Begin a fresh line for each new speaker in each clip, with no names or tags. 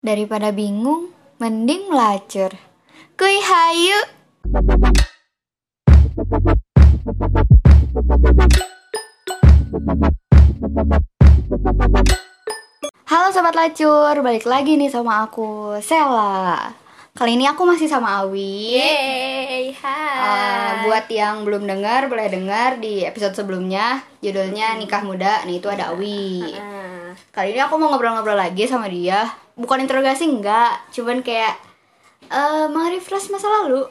Daripada bingung, mending melacur. Kuy hayu. Halo sobat lacur, balik lagi nih sama aku, Sela. Kali ini aku masih sama Awi.
Yeay, hai.
Buat yang belum dengar, boleh dengar di episode sebelumnya. Judulnya Nikah Muda, nah itu ada Awi. Kali ini aku mau ngobrol-ngobrol lagi sama dia. Bukan interogasi, enggak, cuman kayak merefresh masa lalu.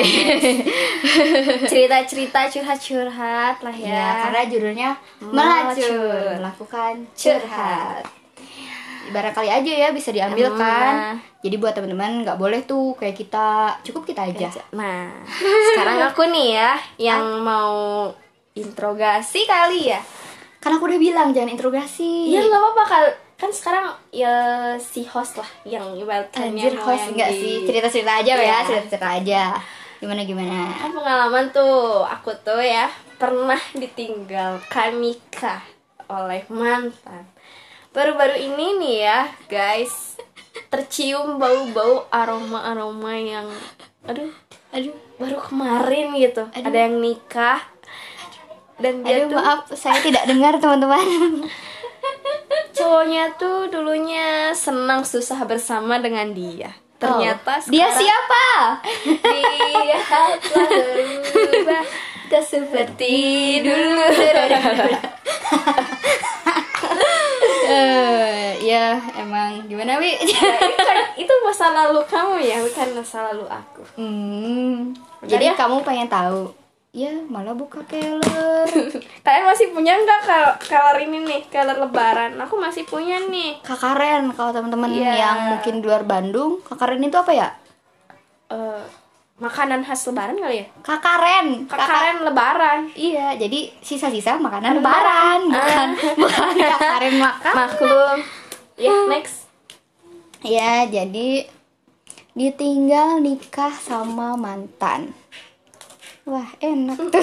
Cerita-cerita curhat-curhat lah ya.
Ya, karena judulnya
Melacur.
melakukan curhat. Barangkali aja ya bisa diambil kan. Jadi buat teman-teman nggak boleh tuh kayak kita, cukup kita aja.
Nah, sekarang aku nih ya yang mau interogasi kali ya.
Kan aku udah bilang jangan interogasi.
Ya nggak apa-apa kan sekarang ya si host lah yang ibaratnya
Anjir, host enggak sih, cerita-cerita aja ya, cerita-cerita aja. Gimana?
Kan pengalaman tuh aku tuh ya pernah ditinggalkan nikah oleh mantan. Baru-baru ini nih ya guys, tercium bau-bau aroma-aroma yang aduh baru kemarin gitu. Ada yang nikah dan dia tuh
maaf, saya tidak dengar teman-teman.
cowoknya tuh dulunya senang susah bersama dengan dia. Ternyata
dia
sekarang
siapa?
dia telah berubah tak seperti dulu.
Ya emang gimana Wi?
Itu masa lalu kamu ya, bukan masa lalu aku.
Jadi
ya?
kamu pengen tahu? Ya malah buka keler.
Kalian masih punya nggak color ini nih, color lebaran? Aku masih punya nih.
Kakaren, kalau teman-teman
Iya.
yang mungkin di luar Bandung, kakaren itu apa ya?
Makanan khas lebaran kali ya?
Kakaren.
Kakaren lebaran.
Iya, jadi sisa-sisa makanan lebaran, bukan kakaren makan.
Maklum. Ya, next.
Ya, jadi ditinggal nikah sama mantan. Wah, enak tuh.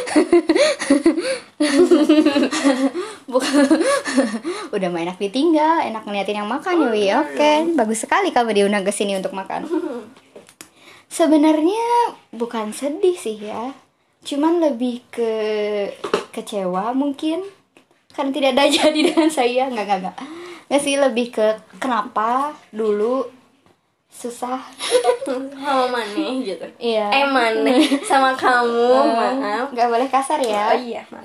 Udah mah enak ditinggal, enak ngeliatin yang makan ya, Wi. Oke, bagus sekali kamu diundang ke sini untuk makan. Sebenarnya bukan sedih sih ya, cuman lebih ke kecewa mungkin karena tidak ada jadi dengan saya. Nggak sih, lebih ke kenapa dulu susah
Sama Mane gitu.
iya.
Mane sama kamu, maaf.
Nggak boleh kasar ya.
Oh iya, maaf.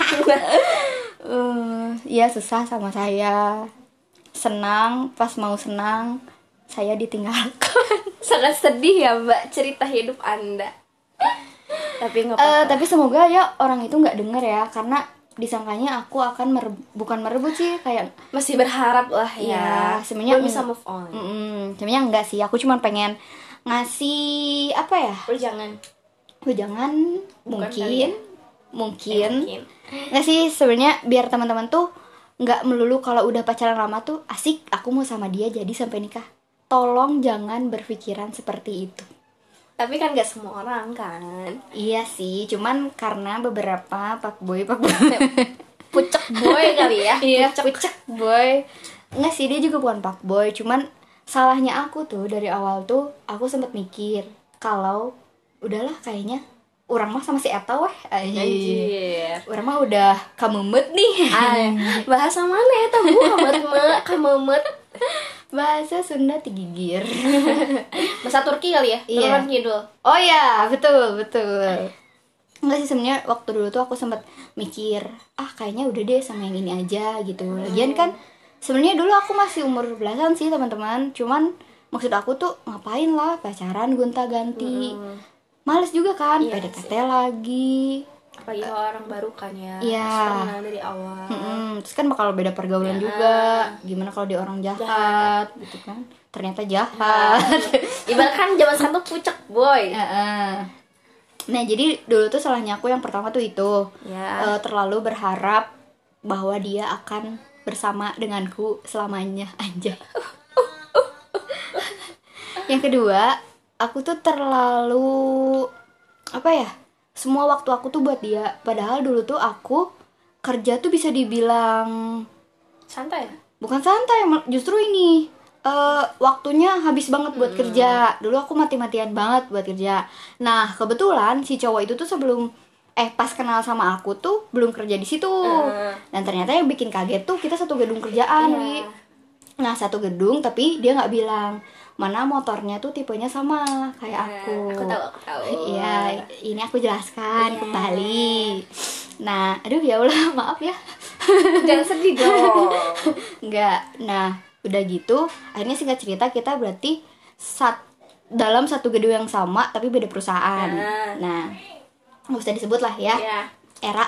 Iya, susah sama saya, senang pas mau senang saya ditinggalkan.
Sangat sedih ya Mbak cerita hidup Anda. Tapi nggak apa-apa.
Tapi semoga ya orang itu nggak denger ya, karena disangkanya aku akan bukan merebut sih, kayak
Masih berharap lah
ya,
ya.
sebenarnya
Belum bisa move on.
sebenarnya enggak sih, aku cuma pengen ngasih apa ya,
Jangan.
jangan
kali ya.
mungkin nggak sih, sebenarnya biar teman-teman tuh nggak melulu kalau udah pacaran lama tuh asik aku mau sama dia jadi sampai nikah. Tolong jangan berpikiran seperti itu.
Tapi kan gak semua orang kan.
Iya sih, cuman karena beberapa fuckboy
Pucek boy kali ya.
iya, pucek boy. Enggak sih, dia juga bukan fuckboy, cuman salahnya aku tuh dari awal tuh aku sempet mikir kalau udahlah kayaknya orang mah sama si Eta weh.
Anjir.
Orang mah udah kamemet nih.
Bahasa mana ya tahu kamemet.
Bahasa Sunda tigigir.
Bahasa Turki kali ya?
Iya.
Turun kidul.
Oh ya, betul. Enggak sih, sebenarnya waktu dulu tuh aku sempat mikir, kayaknya udah deh sama yang ini aja gitu. Lagian kan sebenarnya dulu aku masih umur belasan sih teman-teman. Cuman maksud aku tuh ngapain lah pacaran gonta-ganti. Males juga kan,
Iya
PDKT lagi.
Apalagi kalau orang baru kan ya.
Iya.
Harus kenal dari awal.
Terus kan bakal beda pergaulan juga. Gimana kalau dia orang jahat gitu kan? Ternyata jahat.
Ibarat kan zaman sekarang tuh pucek boy.
Nah, jadi dulu tuh salahnya aku yang pertama tuh itu
Ya.
terlalu berharap bahwa dia akan bersama denganku selamanya aja. Yang kedua, aku tuh terlalu apa ya? Semua waktu aku tuh buat dia. Padahal dulu tuh aku kerja tuh bisa dibilang
Santai ya?
bukan santai, justru ini waktunya habis banget buat kerja. Dulu aku mati-matian banget buat kerja. Nah kebetulan si cowok itu tuh sebelum pas kenal sama aku tuh belum kerja di situ. Dan ternyata yang bikin kaget tuh kita satu gedung kerjaan, Wi. Nah satu gedung tapi dia nggak bilang mana motornya tuh tipenya sama kayak aku.
Aku tahu.
Iya, ini aku jelaskan kembali. Nah, aduh ya Allah, maaf ya.
Jangan sedih dong.
Enggak. Nah, udah gitu, akhirnya singkat cerita kita berarti dalam satu gedung yang sama tapi beda perusahaan. Nah, nggak usah disebut lah ya. Era.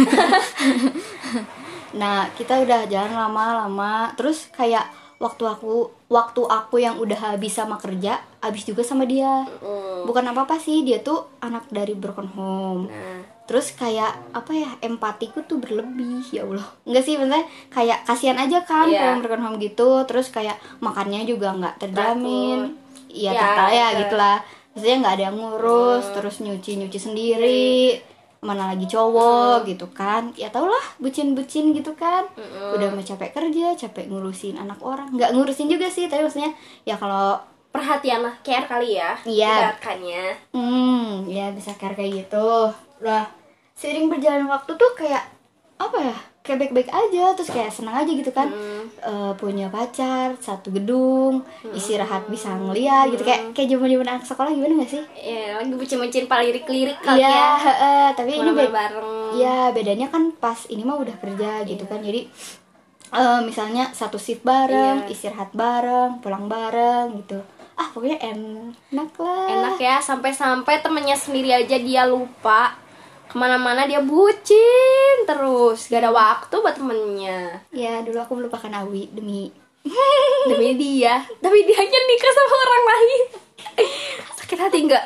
Nah, kita udah jalan lama-lama, terus kayak waktu aku yang udah habis sama kerja, habis juga sama dia. Bukan apa-apa sih, dia tuh anak dari broken home. Terus kayak apa ya, empatiku tuh berlebih, ya Allah. Enggak sih, bener kayak kasihan aja kan kalau broken home gitu. Terus kayak makannya juga nggak terjamin. Iya, ya gitulah. Maksudnya nggak ada yang ngurus, terus nyuci sendiri. Mana lagi cowok gitu kan, ya tau lah bucin-bucin gitu kan. Udah mau capek kerja, capek ngurusin anak orang, nggak ngurusin juga sih, tapi maksudnya ya kalau
perhatian lah, care kali ya.
Iya.
Ibaratkannya.
Ya bisa care kayak gitu. Lah seiring berjalan waktu tuh kayak apa ya, kayak baik-baik aja, terus kayak senang aja gitu kan. Punya pacar, satu gedung, istirahat bisa ngeliat gitu, kayak zaman-zaman anak sekolah gimana gak sih?
Iya, lagi bucin-bucin lirik-lirik kali
ya.
ya.
Tapi ini
bareng.
Ya bedanya kan pas ini mah udah kerja gitu kan, jadi misalnya satu shift bareng, istirahat bareng, pulang bareng gitu. Pokoknya enak lah.
Enak ya, sampai-sampai temennya sendiri aja dia lupa. Kemana-mana dia bucin terus, gak ada waktu buat temennya.
Ya dulu aku melupakan Awi demi
dia, tapi dia aja nikah sama orang lain. Sakit hati nggak?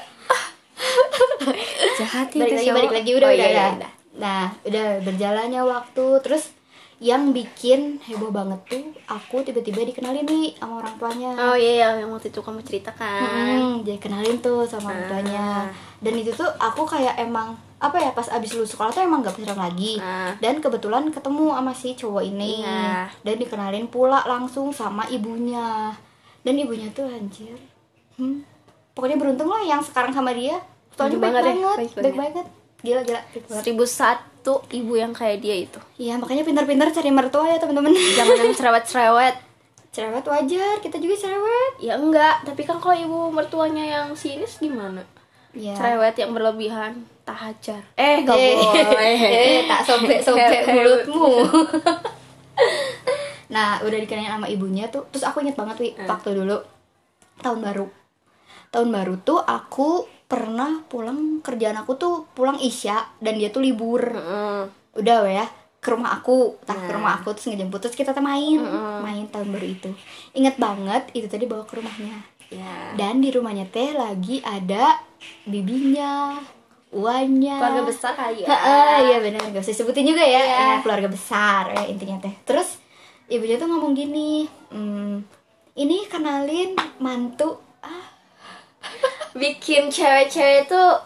Jahat itu.
Balik lagi udah. Nah udah berjalannya waktu, terus yang bikin heboh banget tuh aku tiba-tiba dikenalin nih sama orang tuanya.
Oh iya, yang waktu itu kamu ceritakan.
Jadi kenalin tuh sama orang tuanya. Dan itu tuh aku kayak emang apa ya, pas abis lulus sekolah tuh emang gak pacaran lagi. Dan kebetulan ketemu sama si cowok ini. Dan dikenalin pula langsung sama ibunya. Dan ibunya tuh anjir, pokoknya beruntung lah yang sekarang sama dia. Soalnya baik banget. Gila
1001 ibu yang kayak dia itu.
Iya, makanya pintar-pintar cari mertua ya teman-teman.
Jangan yang cerewet.
Cerewet wajar, kita juga cerewet.
Ya enggak, tapi kan kalau ibu mertuanya yang sinis gimana? Ya. Cerewet yang berlebihan, tak hajar. Gak boleh.
Tak sobek-sobek mulutmu. Nah, udah dikenalin sama ibunya tuh. Terus aku inget banget, waktu dulu tahun baru tuh aku pernah pulang, kerjaan aku tuh pulang Isya dan dia tuh libur. Udah ya ke rumah aku, ke rumah aku terus ngejemput, terus kita main tahun baru itu. Ingat banget itu tadi bawa ke rumahnya. Dan di rumahnya teh lagi ada bibinya, uanya.
Keluarga besar kali ya.
Iya benar, gak usah sebutin juga ya. Keluarga besar ya intinya teh. Terus ibunya tuh ngomong gini, ini kenalin mantu.
Bikin cewek-cewek tuh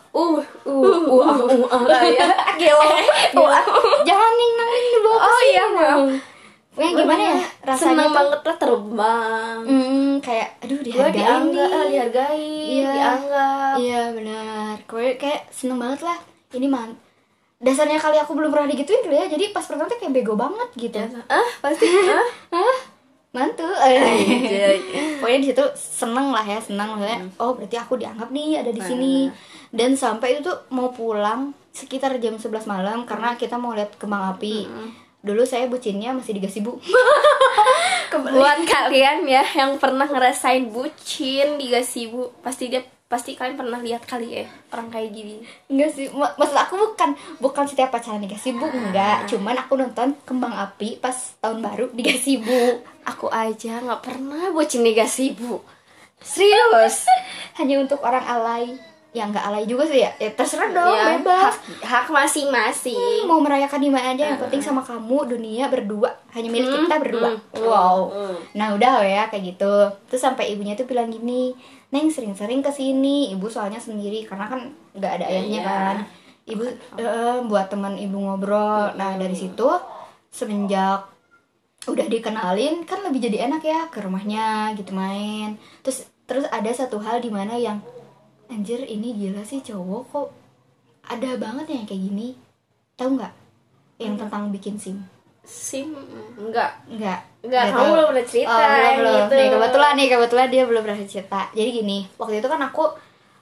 ya gelo.
Jangan ning dibawa ke sini. Iya, maaf. Gimana ya? Rasanya
seneng banget lah terbang.
Kayak aduh dihargai.
Dianggap.
Iya benar. Kayak seneng banget lah. Ini dasarnya kali aku belum pernah digituin kali ya. Jadi pas pertama tuh kayak bego banget gitu.
Pasti.
Mantu. Pokoknya di situ seneng maksudnya. Oh berarti aku dianggap nih ada di sini. Dan sampai itu tuh mau pulang sekitar jam 11 malam karena kita mau lihat kembang api. Dulu saya bucinnya masih di Gasibu.
Buat kalian ya yang pernah ngerasain bucin di Gasibu, pasti kalian pernah lihat kali ya orang kayak gini.
Enggak sih, maksud aku bukan setiap pacaran di Gasibu, enggak. Cuman aku nonton kembang api pas tahun baru di Gasibu.
Aku aja nggak pernah bucin di Gasibu. Serius.
Hanya untuk orang alay. Ya nggak alay juga sih ya. Ya terserah dong, bebas.
Hak masing-masing.
Mau merayakan di mana aja, yang penting sama kamu, dunia berdua, hanya milik kita berdua. Wow. Nah udah ya kayak gitu. Terus sampai ibunya tuh bilang gini, Neng sering-sering kesini. Ibu soalnya sendiri karena kan nggak ada ayahnya kan. Ibu buat teman ibu ngobrol. Nah dari situ semenjak udah dikenalin kan lebih jadi enak ya ke rumahnya gitu main. Terus ada satu hal di mana yang anjir ini gila sih cowok kok ada banget ya yang kayak gini. Tahu nggak yang tentang bikin SIM?
SIM enggak
Nggak
kamu
tahu.
belum pernah cerita
Belum.
gitu.
Nih kebetulan dia belum pernah cerita. Jadi gini, waktu itu kan aku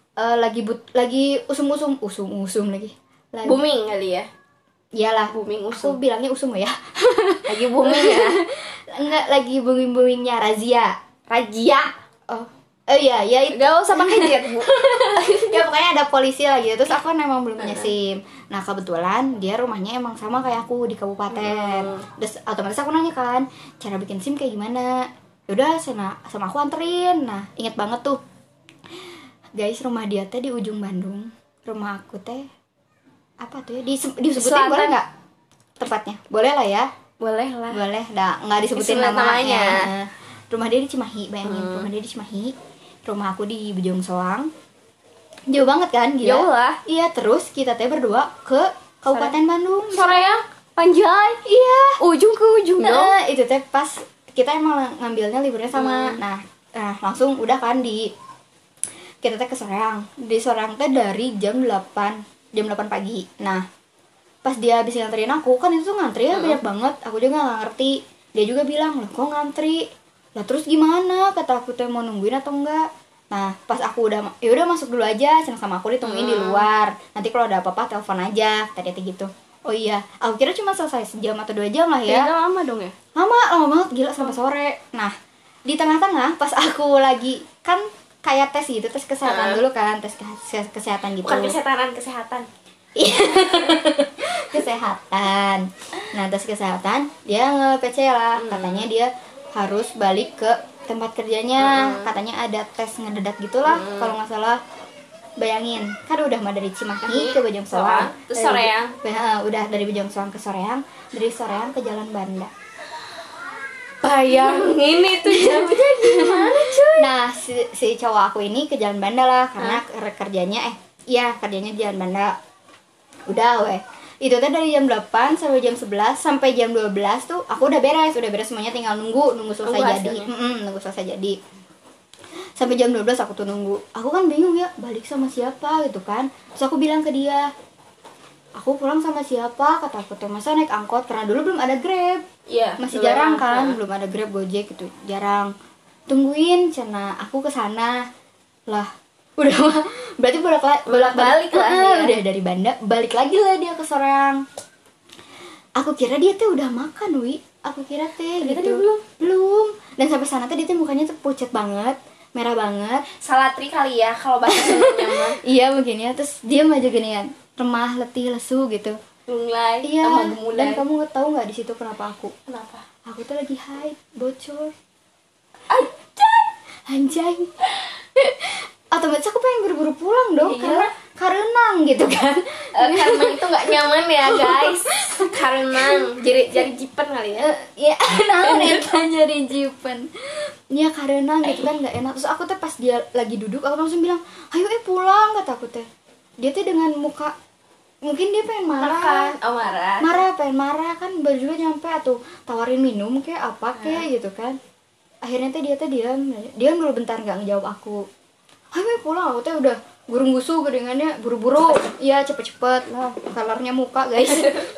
lagi usum lagi.
Booming kali ya.
Iyalah,
Booming
aku bilangnya usum ya.
Lagi booming ya.
Enggak, lagi booming-boomingnya razia.
Razia.
Oh iya, ya itu.
Gak usah pakai jet, Bu.
Ya pokoknya ada polisi lah gitu. Terus aku kan emang belum punya SIM. Nah kebetulan dia rumahnya emang sama kayak aku di kabupaten. Terus otomatis aku nanya kan, cara bikin SIM kayak gimana? Yaudah sama aku anterin. Nah inget banget tuh, guys, rumah dia teh di ujung Bandung. Rumah aku teh apa tuh ya? Disebutin
Selatan.
boleh nggak tempatnya? Boleh lah ya.
Boleh lah.
Boleh, nggak disebutin
Disebut
namanya.
namanya.
Rumah dia di Cimahi, bayangin. Rumah dia di Cimahi. Rumah aku di Bojong Soang. Jauh banget kan, gila.
Jauh lah.
Iya, terus kita teh berdua ke Kabupaten Bandung.
Soreang, Panjai.
Iya.
Ujung ke ujung dong.
Nah, itu teh pas kita emang ngambilnya liburnya sama. Nah, langsung udah kan kita teh ke Soreang. Di Soreang teh dari jam 8 pagi. Nah, pas dia habis nganterin aku, kan itu tuh ngantri ya banyak banget. Aku juga nggak ngerti. Dia juga bilang, "Loh, kok ngantri?" Lah terus gimana? Kata aku teh mau nungguin atau enggak. Nah, pas aku udah masuk dulu aja, senang sama aku ditungguin di luar. Nanti kalau ada apa-apa telepon aja, tadi gitu. Oh iya, aku kira cuma selesai sejam atau 2 jam lah ya.
Ternyata lama dong ya.
Lama banget, gila, sampai sore. Nah, di tengah-tengah pas aku lagi kan kayak tes gitu, tes kesehatan dulu kan, tes kesehatan gitu.
Bukan kesehatan.
Iya. Kesehatan. Nah, tes kesehatan dia nge-PC lah. Katanya dia harus balik ke tempat kerjanya. Katanya ada tes ngededak gitulah kalau nggak salah. Bayangin, kan udah mah dari Cimahi ke Bojong Soang,
terus Soreang.
Udah dari Bojong Soang ke Soreang, dari Soreang ke Jalan Banda.
Bayangin itu jamnya gimana cuy.
Nah, si cowok aku ini ke Jalan Banda lah karena kerjanya kerjanya di Jalan Banda. Udah weh. Itu teh dari jam 8 sampai jam 11 sampai jam 12 tuh aku udah beres semuanya, tinggal nunggu selesai jadi. Nunggu selesai jadi. Sampai jam 12 aku tuh nunggu. Aku kan bingung ya, balik sama siapa gitu kan. Terus aku bilang ke dia, "Aku pulang sama siapa?" Kata aku tuh, "Masa naik angkot?" Karena dulu belum ada Grab.
Iya,
Masih jarang kan, belum ada Grab, Gojek gitu. Jarang. Tungguin cina aku ke sana. Lah, udah mah berarti bolak-balik lah dia. Udah dari Banda balik lagi lah dia ke Soreang. Aku kira dia tuh udah makan, Wi. Aku kira teh
ternyata
gitu.
dia belum.
Dan sampai sana tuh dia tuh mukanya tuh pucat banget, merah banget.
Salatri kali ya kalau bahasa Sundanya mah.
Iya mungkin ya. Terus dia maju gini ya, remah, letih, lesu gitu.
Lunglai
Iya.
sama gemulai.
Dan kamu tahu nggak di situ kenapa aku?
Kenapa?
Aku tuh lagi haid, bocor.
Anjay.
Anjay. Otomatis aku pengen buru-buru pulang dong.
Iya.
Karena gitu kan.
Karena itu nggak nyaman ya guys. Karena jadi jipen kali ya.
Ya, naon eta jadi jipen. Ya karena gitu kan nggak enak. Terus aku teh pas dia lagi duduk, aku langsung bilang, "Ayo pulang," kata aku teh. Dia teh dengan muka, mungkin dia pengen marah. Pengen marah kan, baru juga nyampe atau tawarin minum kayak apa kayak gitu kan. Akhirnya teh dia diam dulu bentar, nggak ngejawab aku. "Ayo pulang," aku teh udah gurung-gusu gedengannya, buru-buru. Iya, cepet-cepet lah, colornya muka guys.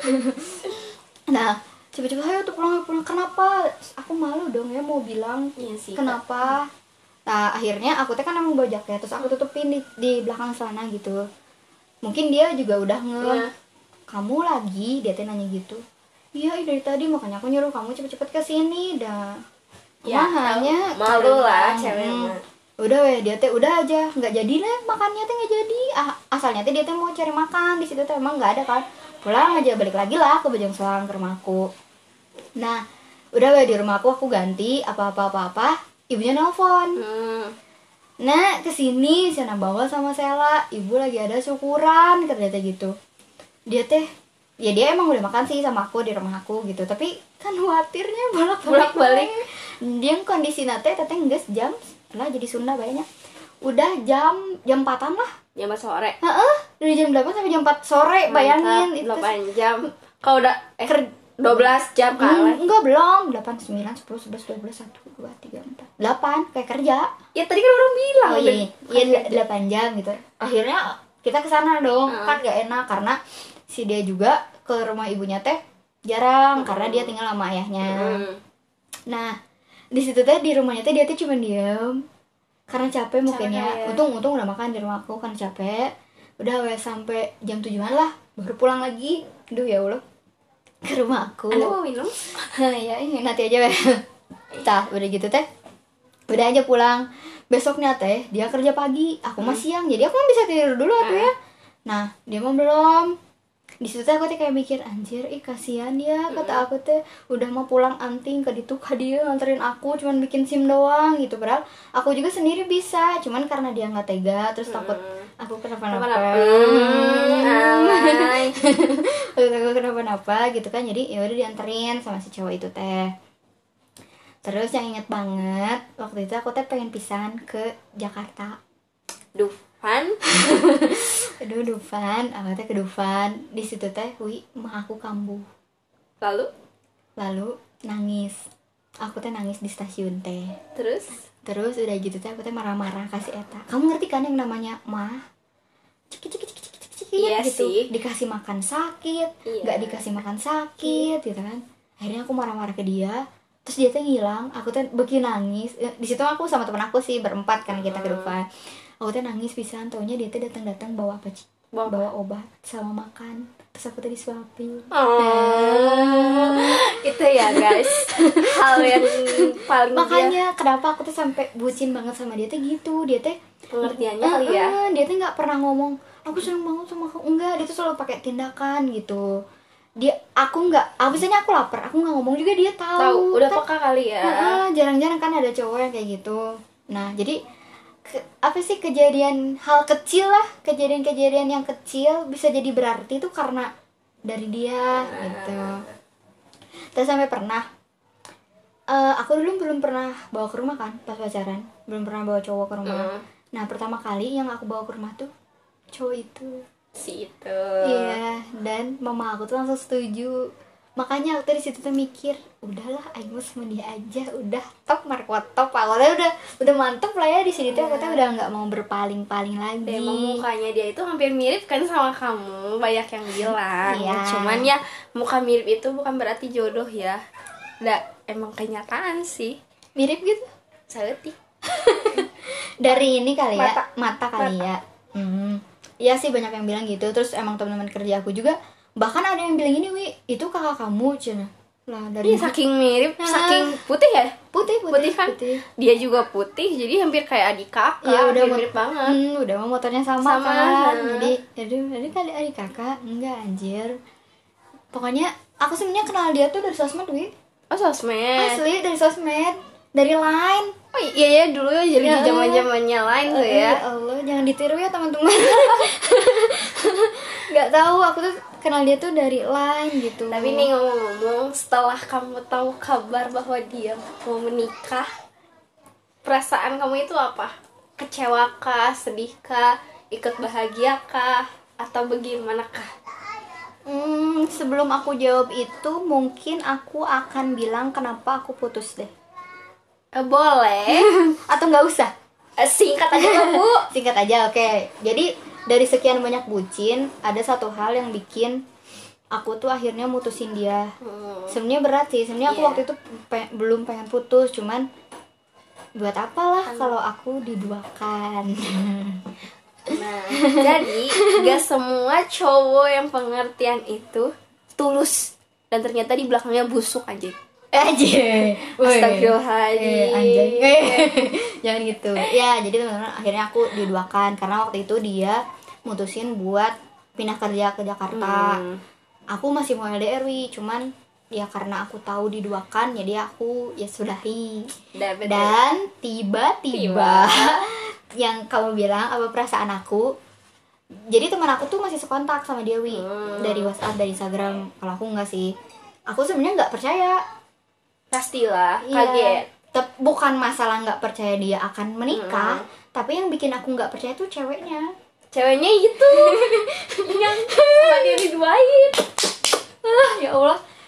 Nah, cepet-cepet, "Ayo tuh pulang." Kenapa? Aku malu dong ya mau bilang.
Iya sih.
Kenapa? Nah, akhirnya aku teh kan emang bawa jaket, terus aku tutupin di belakang celana gitu. Mungkin dia juga udah "Kamu lagi?" Dia teh nanya gitu. "Iya, dari tadi, makanya aku nyuruh kamu cepet-cepet ke sini dah."
Ya,
hanya
malu lah cewek mah.
Udah weh, dia teh udah aja nggak jadi lah, makannya teh nggak jadi. Asalnya teh dia teh mau cari makan di situ teh emang nggak ada kan. Pulang aja, balik lagi lah ke Bojong Soang ke rumahku. Nah, udah weh di rumahku aku ganti apa ibunya nelfon. Nah, kesini sana bawa sama Sela, ibu lagi ada syukuran, katanya gitu. Dia teh ya dia emang udah makan sih sama aku di rumah aku gitu, tapi kan khawatirnya bolak-balik. Dia kondisi nate teteh geus jam lah jadi Sunda banyak. Udah jam 4-an lah.
Jam sore.
Dari jam 8 sampai jam 4 sore, bayangin
itu 8 jam. Kau udah 12 jam kali.
Enggak, belum. 8, 9, 10, 11, 12, 1, 2, 3, 4, 8 kayak kerja.
Ya tadi kan orang bilang.
Oh iya, 8 jam gitu. Akhirnya kita kesana dong. Kan gak enak karena si dia juga ke rumah ibunya teh jarang karena dia tinggal sama ayahnya. Nah, di situ teh di rumahnya teh dia tuh cuma diem karena capek mungkin ya. Untung udah makan di rumah aku kan capek. Udah sampai jam 7-an lah baru pulang lagi. Aduh ya Allah, ke rumah aku.
Anda mau minum?
Ya ini nanti aja. Tah, udah gitu teh udah aja pulang. Besoknya teh dia kerja pagi, aku mah siang, jadi aku mah bisa tidur dulu tuh ya. Nah dia mah belum. Di situ teh aku teh kayak mikir, anjir kasihan ya, kata aku teh udah mau pulang anting ke ditu ka dia nganterin aku cuman bikin SIM doang gitu. Padahal aku juga sendiri bisa, cuman karena dia nggak tega terus takut aku kenapa-napa. Takut aku kenapa-napa gitu kan, jadi ya udah dianterin sama si cowok itu teh. Terus yang inget banget waktu itu aku teh pengen pisan ke Jakarta.
Dufan.
Aduh Dufan, aku teh ke Dufan. Di situ teh mah aku kambuh. Lalu nangis. Aku teh nangis di stasiun teh. Terus udah gitu teh aku teh marah-marah kasih eta. Kamu ngerti kan yang namanya mah? Cik
iya
gitu.
Sih.
Dikasih makan sakit, enggak dikasih makan sakit gitu kan. Akhirnya aku marah-marah ke dia. Terus dia teh ngilang, aku teh beki nangis. Di situ aku sama teman aku sih berempat kan kita ke Dufan. Aku teh nangis pisan, taunya dia teh datang bawa apa sih? Bawa obat sama makan. Terus aku teh disuapin.
Itu ya guys, hal yang paling
makanya kenapa aku tuh sampai bucin banget sama dia teh gitu. Dia teh
pengertiannya kali ya.
Dia teh nggak pernah ngomong aku seneng banget sama kamu, enggak. Dia tuh selalu pakai tindakan gitu. Aku biasanya aku lapar, aku nggak ngomong juga dia tahu.
Udah peka kali ya.
Jarang-jarang kan ada cowok yang kayak gitu. Nah jadi apa sih kejadian hal kecil lah, kejadian yang kecil bisa jadi berarti itu karena dari dia gitu. Terus sampai pernah aku dulu belum pernah bawa ke rumah kan pas pacaran, belum pernah bawa cowok ke rumah. Nah pertama kali yang aku bawa ke rumah tuh cowok itu. Iya, dan mama aku tuh langsung setuju. Makanya aku tuh di situ tuh mikir, udahlah, ayo sama dia aja, udah top, markuat top. Aku tuh udah mantep lah ya di sini tuh. Aku tuh udah nggak mau berpaling-paling lagi.
Emang mukanya dia itu hampir mirip kan sama kamu, banyak yang bilang. Cuman ya muka mirip itu bukan berarti jodoh ya. Emang kenyataan sih.
Mirip gitu.
Saeutik.
Dari ini kali ya, mata kali ya. Iya sih banyak yang bilang gitu. Terus emang teman-teman kerja aku juga bahkan ada yang bilang ini, itu kakak kamu cina lah dari
saking mirip, saking putih ya,
putih
kan putih. Dia juga putih, jadi hampir kayak adik kakak.
Ya udah
mirip banget.
Udah mau motornya sama kan. Jadi kali adik kakak enggak anjir. Pokoknya aku sebenarnya kenal dia tuh dari sosmed,
sosmed.
Asli dari sosmed, dari Line.
Oh iya ya, dulu ya jadi zaman-zamannya Line tuh ya.
Ya Allah, jangan ditiru ya teman-teman. Nggak tahu, aku tuh kenal dia tuh dari Line gitu.
Tapi nih ngomong-ngomong, setelah kamu tahu kabar bahwa dia mau menikah, perasaan kamu itu apa? Kecewa kah, sedih kah, ikut bahagia kah, atau bagaimanakah?
Sebelum aku jawab itu, mungkin aku akan bilang kenapa aku putus deh.
Boleh.
Atau nggak usah?
Singkat aja Bu.
Singkat aja, oke. Jadi dari sekian banyak bucin, ada satu hal yang bikin aku tuh akhirnya mutusin dia. Sebenarnya berat sih. Sebenarnya aku waktu itu belum pengen putus, cuman buat apalah kalau aku diduakan.
Nah, jadi gak semua cowok yang pengertian itu tulus dan ternyata di belakangnya busuk aja. Astagfirullahaladzim.
Anjay. Jangan gitu. Ya, jadi teman-teman akhirnya aku diduakan karena waktu itu dia mutusin buat pindah kerja ke Jakarta. Aku masih mau LDR cuman ya karena aku tahu diduakan jadi aku ya sudahi. Dan tiba-tiba yang kamu bilang apa perasaan aku. Jadi teman aku tuh masih sekontak sama dia dari WhatsApp, dari Instagram. Kalau aku enggak sih. Aku sebenarnya nggak percaya.
Pastilah, kaget.
Bukan masalah nggak percaya dia akan menikah, tapi yang bikin aku nggak percaya tuh ceweknya
itu yang sama dia diduain.
Ya Allah,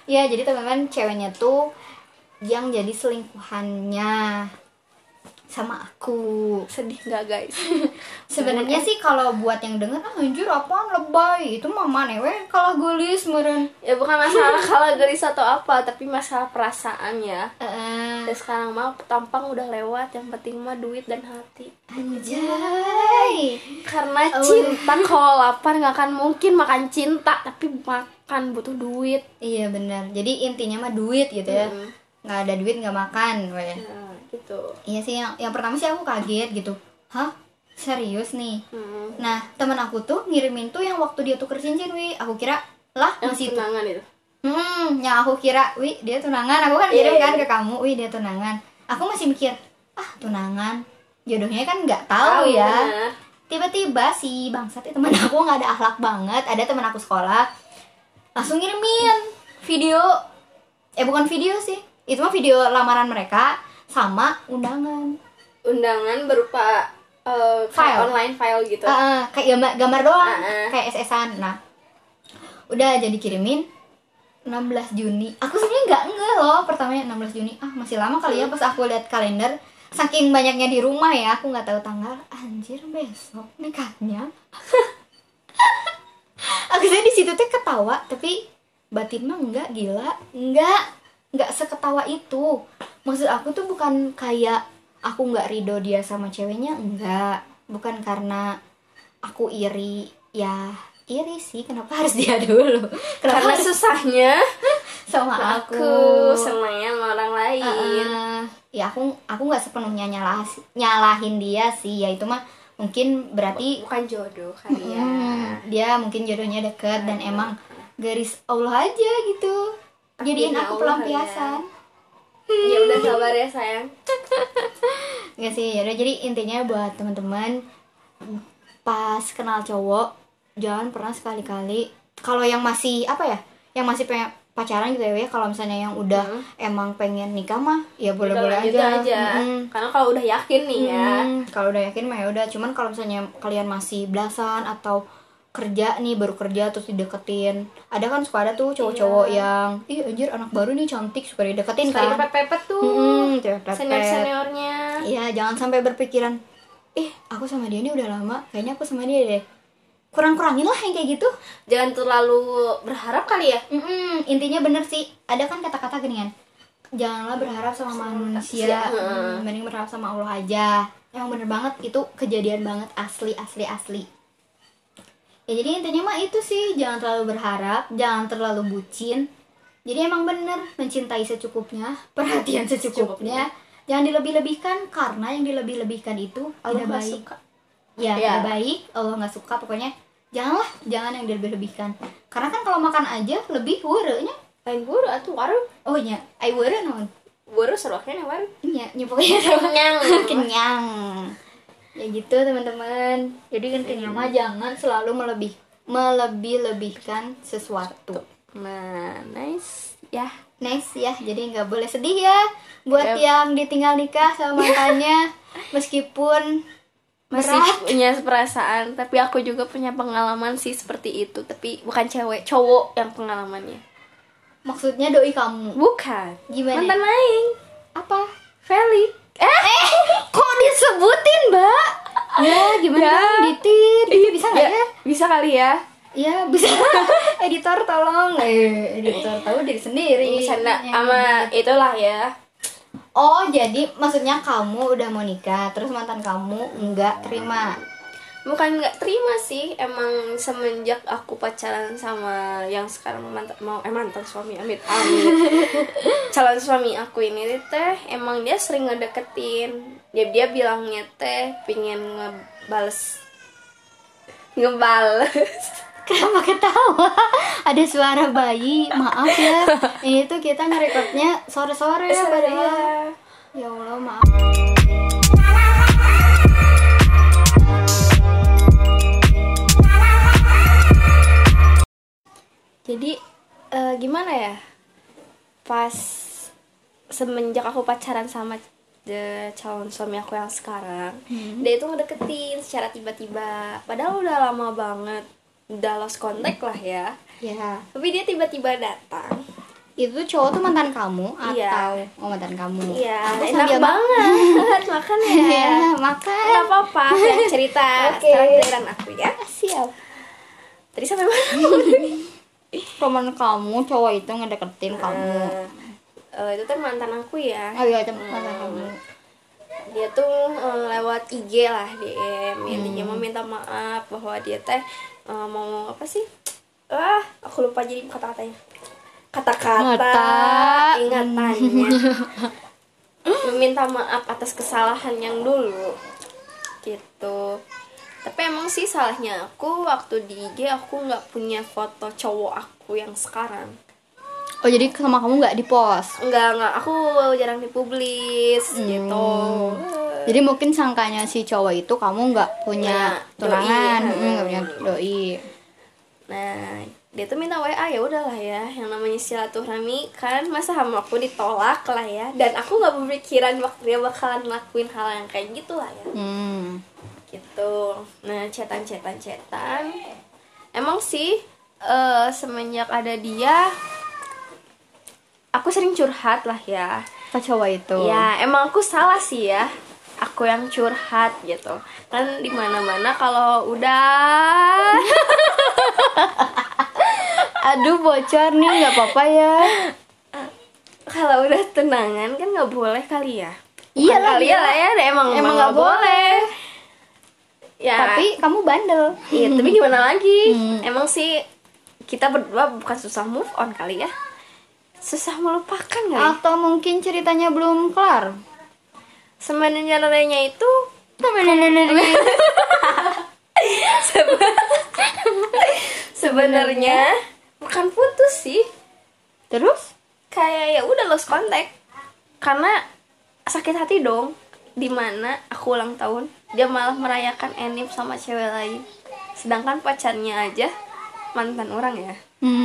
Ya jadi teman-teman, ceweknya tuh yang jadi selingkuhannya sama aku.
Sedih nggak guys?
Sebenarnya sih kalau buat yang denger, anjir apaan lebay, itu mama newe kalah gelis meren.
Ya bukan masalah kalah gelis atau apa, tapi masalah perasaan ya. Dan
Eh,
sekarang mah tampang udah lewat, yang penting mah duit dan hati.
anjay.
Karena cinta kalau lapar nggak akan mungkin makan cinta, tapi makan butuh duit.
Iya benar. Jadi intinya mah duit gitu ya. Nggak ada duit nggak makan, weh.
Nah, gitu.
Iya sih, yang pertama sih aku kaget gitu. Hah? Serius nih? Nah, teman aku tuh ngirimin tuh yang waktu dia tuker cincin, wi. Aku kira, lah
Yang
masih
tunangan itu.
yang aku kira, wi dia tunangan. Aku kan
Iya,
kirim
iya,
kan
iya.
ke kamu, wi dia tunangan. Aku masih mikir, tunangan. Jodohnya kan nggak tahu ya.
Bener.
Tiba-tiba si bangsat itu teman aku nggak ada akhlak banget. Ada teman aku sekolah langsung ngirimin video, bukan video sih, itu mah video lamaran mereka sama undangan.
Undangan berupa kayak
File.
online file gitu.
Kayak gambar doang,
Ah.
kayak SS-an. Nah, udah jadi kirimin 16 Juni. Aku sebenarnya nggak loh pertamanya 16 Juni. Masih lama kali ya. Pas aku lihat kalender, saking banyaknya di rumah ya, aku nggak tahu tanggal. Anjir, besok nikahnya. Aku sih di situ tuh ketawa, tapi batin mah enggak, gila. Enggak seketawa itu. Maksud aku tuh bukan kayak aku nggak ridho dia sama ceweknya, enggak. Bukan karena aku iri, ya iri sih, kenapa harus dia dulu? Kenapa
Karena
harus
susahnya
sama aku?
senangnya sama orang lain.
Ya aku nggak sepenuhnya nyalahin dia sih, ya itu mah mungkin berarti
Bukan jodoh kali ya.
dia mungkin jodohnya deket dan emang garis Allah aja gitu. Jadiin
Takdirnya
aku
Allah
pelampiasan.
Ya udah sabar ya sayang.
Nggak sih, yaudah, jadi intinya buat teman-teman, pas kenal cowok jangan pernah sekali-kali, kalau yang masih yang masih pengen pacaran gitu ya, kalau misalnya yang udah emang pengen nikah mah ya boleh-boleh
Lanjut
aja.
Karena kalau udah yakin nih ya.
Kalau udah yakin mah ya udah. Cuman kalau misalnya kalian masih belasan atau kerja nih, baru kerja terus dideketin, ada kan suka ada tuh cowok-cowok yang anjir anak baru nih cantik, suka dideketin
Sekali
kan.
pepet-pepet tuh.
Pepet.
Senior-seniornya.
Iya, jangan sampai berpikiran, aku sama dia nih udah lama, kayaknya aku sama dia deh. Kurang-kurangin lah yang kayak gitu.
Jangan terlalu berharap kali ya.
Intinya bener sih, ada kan kata-kata gini kan, janganlah berharap sama manusia, mending berharap sama Allah aja. Emang bener banget, itu kejadian banget, asli. Ya jadi intinya mah itu sih, jangan terlalu berharap, jangan terlalu bucin. Jadi emang bener, mencintai secukupnya, perhatian secukupnya. Jangan dilebih-lebihkan, karena yang dilebih-lebihkan itu
Allah
tidak
nggak
baik.
suka.
Ya,
Ya.
tidak baik, Allah nggak suka. Pokoknya jangan yang dilebih-lebihkan. Karena kan kalau makan aja lebih wurenya.
Lain buru atuh waru.
Oh nya, ai wure naon?
Buru seruaknya waru.
Nya, pokoknya
Kenyang.
kenyang. Ya gitu teman-teman. Jadi intinya mah jangan selalu melebih-lebihkan sesuatu.
Nah, nice ya.
Nice ya. Jadi nggak boleh sedih ya buat
Yep.
yang ditinggal nikah sama mantannya, meskipun
Masih
berat.
punya perasaan, tapi aku juga punya pengalaman sih seperti itu, tapi bukan cewek, cowok yang pengalamannya.
Maksudnya doi kamu.
Bukan.
Gimana?
Mantan main.
Apa?
Felix.
Kok disebutin, Mbak? Ya, gimana?
Ya.
Ditit. Bisa nggak ya?
Bisa kali ya.
Ya, bisa. Editor tolong. Editor tahu diri sendiri.
Bercanda
Ya.
sama itulah ya.
Oh, jadi maksudnya kamu udah mau nikah, terus mantan kamu enggak terima.
Bukan nggak terima sih, emang semenjak aku pacaran sama yang sekarang mantan suami, amit calon suami aku ini teh, emang dia sering ngedeketin. Dia bilangnya teh pingin ngebales.
Kenapa ketawa? Ada suara bayi. Maaf ya. Ini tuh kita ngerekodnya sore-sore ya, padahal. Ya Allah, maaf.
Jadi gimana ya? Pas semenjak aku pacaran sama calon suami aku yang sekarang, dia itu ngedeketin secara tiba-tiba. Padahal udah lama banget, udah lost contact lah ya.
Ya.
Tapi dia tiba-tiba datang
Itu cowok tuh mantan kamu
Iya.
atau mantan kamu?
Iya,
Aku
enak
sambil
banget makan ya.
ya, makan.
Nggak apa-apa, yang cerita
Oke.
sekarang giliran aku ya.
Siap.
Tadi sampai mana?
Teman kamu cowok itu ngedeketin kamu.
Itu kan mantan aku ya.
Oh iya, teman mantan kamu.
Dia tuh lewat IG lah, DM intinya mau minta maaf bahwa dia teh mau apa sih? Aku lupa jadi kata-katanya. Kata-kata ingatannya. Meminta maaf atas kesalahan yang dulu. Gitu. Tapi emang sih salahnya aku waktu di IG aku nggak punya foto cowok aku yang sekarang.
Oh jadi sama kamu nggak di post?
Enggak, aku jarang dipublis gitu.
Jadi mungkin sangkanya si cowok itu kamu nggak punya
Nah,
tunangan,
doi.
nggak punya doi.
Nah, dia tuh minta WA, ya udahlah ya, yang namanya silaturahmi kan masa sama aku ditolak lah ya. Dan aku nggak berpikiran waktu dia bakalan ngelakuin hal yang kayak gitu lah ya. Gitu. Nah, cetan. Emang sih semenjak ada dia aku sering curhat lah ya.
Ke cowok itu.
Ya, emang aku salah sih ya. Aku yang curhat gitu. Kan di mana-mana kalau udah
Aduh bocor nih, nggak apa-apa ya.
kalau udah tunangan kan nggak boleh kali ya.
Iya lah,
kali ya lah ya, emang
nggak
nggak boleh. Ya,
Tapi kamu bandel.
iya, tapi gimana lagi? Emang sih kita berdua bukan susah move on kali ya. Susah melupakan kali.
Atau mungkin ceritanya belum kelar.
Sebenarnya itu sebenarnya bukan putus sih.
Terus?
Kayak ya udah lost contact. Karena sakit hati dong. Dimana aku ulang tahun dia malah merayakan enip sama cewek lain. Sedangkan pacarnya aja mantan orang ya.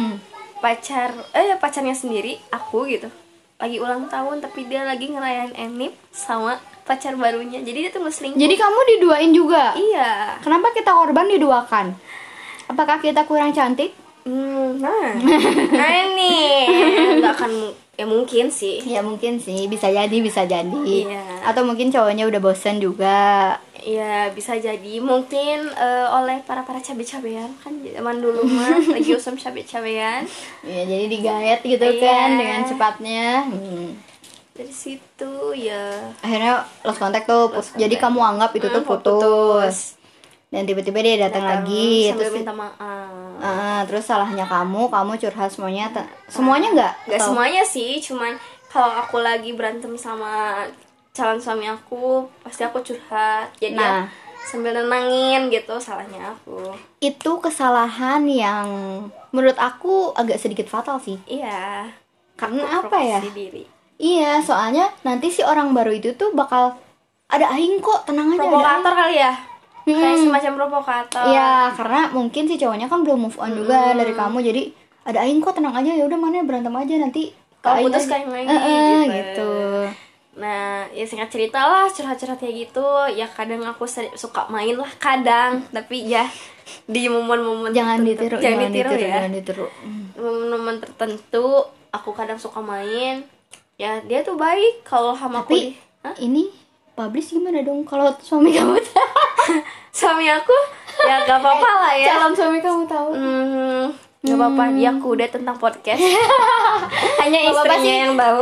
Pacarnya sendiri aku gitu lagi ulang tahun tapi dia lagi ngerayain enip sama pacar barunya, jadi dia tuh ngeselingkuh.
Jadi kamu diduain juga?
Iya.
Kenapa kita korban diduakan? Apakah kita kurang cantik?
Nah ini nggak akan ya mungkin sih.
Ya mungkin sih, bisa jadi.
Iya.
Atau mungkin cowoknya udah bosan juga.
Iya, bisa jadi mungkin oleh para cabe-cabean kan zaman dulu mah lagi usum cabe-cabean.
Ya jadi digayat gitu
Iya.
kan dengan cepatnya.
Dari situ ya
Akhirnya lost contact tuh. Jadi kamu anggap itu tuh putus. Dan tiba-tiba dia datang lagi
sambil
terus
minta maaf.
terus salahnya kamu curhat semuanya semuanya nggak
Semuanya sih, cuman kalau aku lagi berantem sama calon suami aku pasti aku curhat, jadi ya sambil nenangin gitu salahnya aku.
Itu kesalahan yang menurut aku agak sedikit fatal sih.
Iya,
Karena apa ya?
diri.
Iya, soalnya nanti si orang baru itu tuh bakal ada aing kok, tenang aja.
Provokator kali ya. Kayak semacam provokator.
Iya, karena mungkin si cowoknya kan belum move on juga dari kamu, jadi ada aing kok, tenang aja, ya udah mana berantem aja nanti
kalau putus kayak lagi
gitu.
Nah, ya singkat cerita lah curhat-curhat kayak gitu. Ya kadang aku suka main lah kadang, tapi ya di momen-momen
Jangan
tertentu.
ditiru ya.
Jangan ditiru. Momen-momen tertentu aku kadang suka main. Ya dia tuh baik kalau sama aku.
Tapi ini publish gimana dong kalau suami kamu tahu?
Suami aku ya gak apa-apa lah ya.
Calon suami kamu tahu?
Gak apa-apa, dia kudet tentang podcast. Hanya istrinya yang tahu.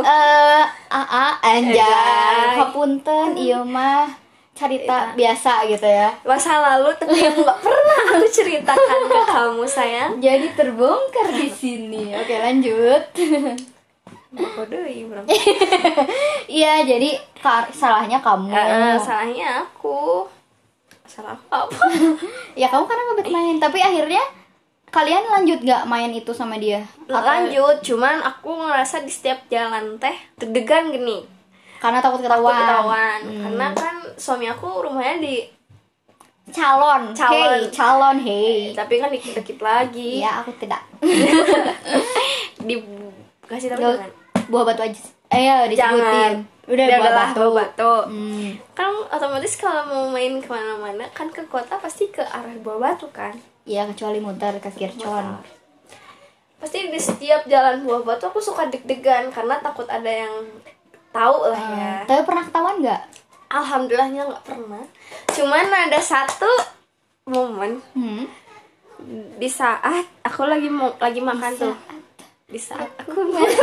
Anjay, hapunten, iya mah cerita biasa gitu ya.
Masa lalu tapi yang nggak pernah aku ceritakan ke kamu sayang.
Jadi terbongkar di sini. Oke, lanjut.
Bodoh,
Iya, jadi salahnya kamu.
salahnya aku. Salah apa?
Ya kamu karena ngebet main, tapi akhirnya kalian lanjut gak main itu sama dia?
Lanjut, cuman aku ngerasa di setiap jalan teh deg-degan gini.
Karena takut
Takut
ketahuan.
ketahuan. Karena kan suami aku rumahnya di
Calon. Hey.
tapi kan dikit-dikit lagi.
Ya, aku tidak.
Kasih tahu jangan.
Buah batu aja. Ya, disebutin. Udah buah batu.
Kan otomatis kalau mau main kemana-mana kan ke kota pasti ke arah buah batu kan.
Ya, kecuali muter ke Kircon.
pasti di setiap jalan Buah Batu aku suka deg-degan karena takut ada yang tahu lah ya.
Tapi pernah ketahuan nggak?
Alhamdulillahnya nggak pernah. Cuman ada satu momen di saat aku lagi makan tuh. Di saat aku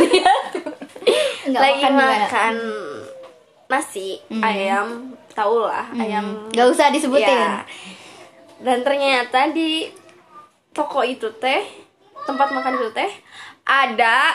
lagi makan nasi ayam, tau lah ayam.
Nggak usah disebutin.
Ya. Dan ternyata di toko itu teh, tempat makan itu teh ada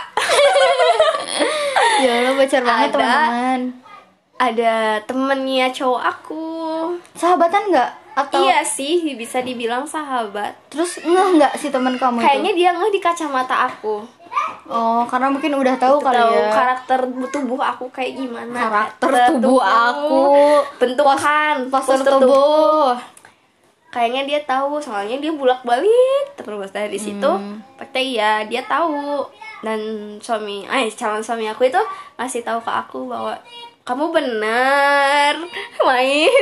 Ya Allah, bocor banget teman-teman.
Ada temennya cowok aku.
Sahabatan nggak? Atau
Iya sih, bisa dibilang sahabat.
terus nggak si teman kamu
Kayaknya
itu?
dia ngeh di kacamata aku.
Oh, karena mungkin udah tahu kali
Tahu
ya.
karakter tubuh aku kayak gimana.
Karakter tubuh aku.
bentukan,
Postur tubuh.
Kayaknya dia tahu, soalnya dia bolak-balik terus dari situ. Pasti ya dia tahu. Dan calon suami aku itu ngasih tahu ke aku bahwa kamu benar main.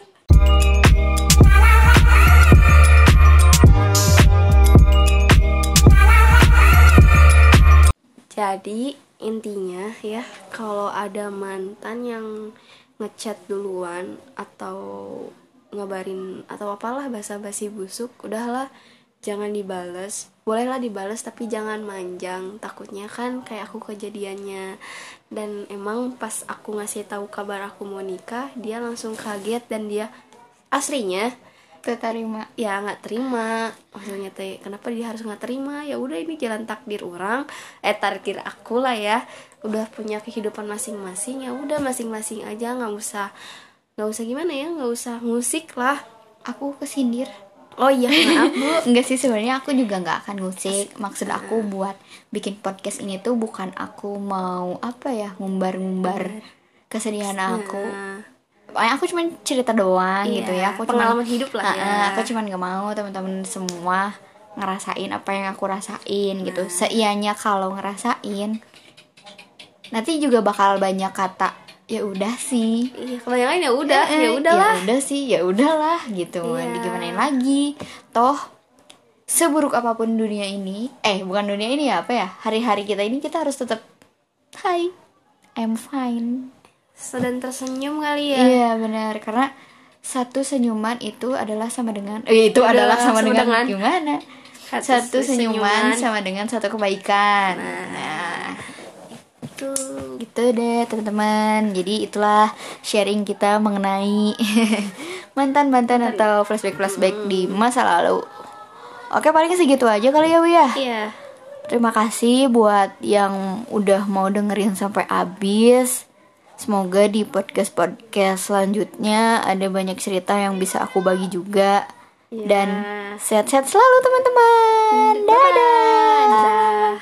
Jadi intinya ya, kalau ada mantan yang ngechat duluan atau ngabarin atau apalah basa-basi busuk, udahlah jangan dibales. Bolehlah dibales tapi jangan manjang, takutnya kan kayak aku kejadiannya. Dan emang pas aku ngasih tahu kabar aku mau nikah, dia langsung kaget dan dia aslinya
Terima.
ya nggak terima. Maksudnya teh kenapa dia harus nggak terima? Ya udah, ini jalan takdir orang, takdir aku lah ya, udah punya kehidupan masing-masing, ya udah masing-masing aja, nggak usah gimana ya, nggak usah musik lah.
Aku kesindir.
Oh iya, maaf Bu.
Enggak sih, sebenarnya aku juga nggak akan ngusik. Maksud aku buat bikin podcast ini tuh bukan aku mau apa ya, ngumbar-ngumbar kesedihan aku. Aku cuma cerita doang gitu ya. Aku
pengalaman hidup lah ya.
Aku cuma nggak mau teman-teman semua ngerasain apa yang aku rasain gitu. Seianya kalau ngerasain, nanti juga bakal banyak kata ya udah sih.
Iya, kebanyakan ya udah, ya udahlah.
Ya udah sih, ya udahlah gitu.
Iya.
Digimanain lagi? Toh seburuk apapun dunia ini, bukan dunia ini ya, apa ya? Hari-hari kita ini kita harus tetap hi, I'm fine.
Sedang tersenyum kali ya.
Iya benar, karena satu senyuman itu adalah sama dengan adalah sama dengan gimana? Satu senyuman sama dengan satu kebaikan. Nah, gitu deh teman-teman. Jadi itulah sharing kita mengenai mantan-mantan atau flashback di masa lalu. Oke, paling segitu aja kali ya, Wi ya.
Iya.
Terima kasih buat yang udah mau dengerin sampai habis. Semoga di podcast selanjutnya ada banyak cerita yang bisa aku bagi juga. Dan sehat-sehat selalu teman-teman.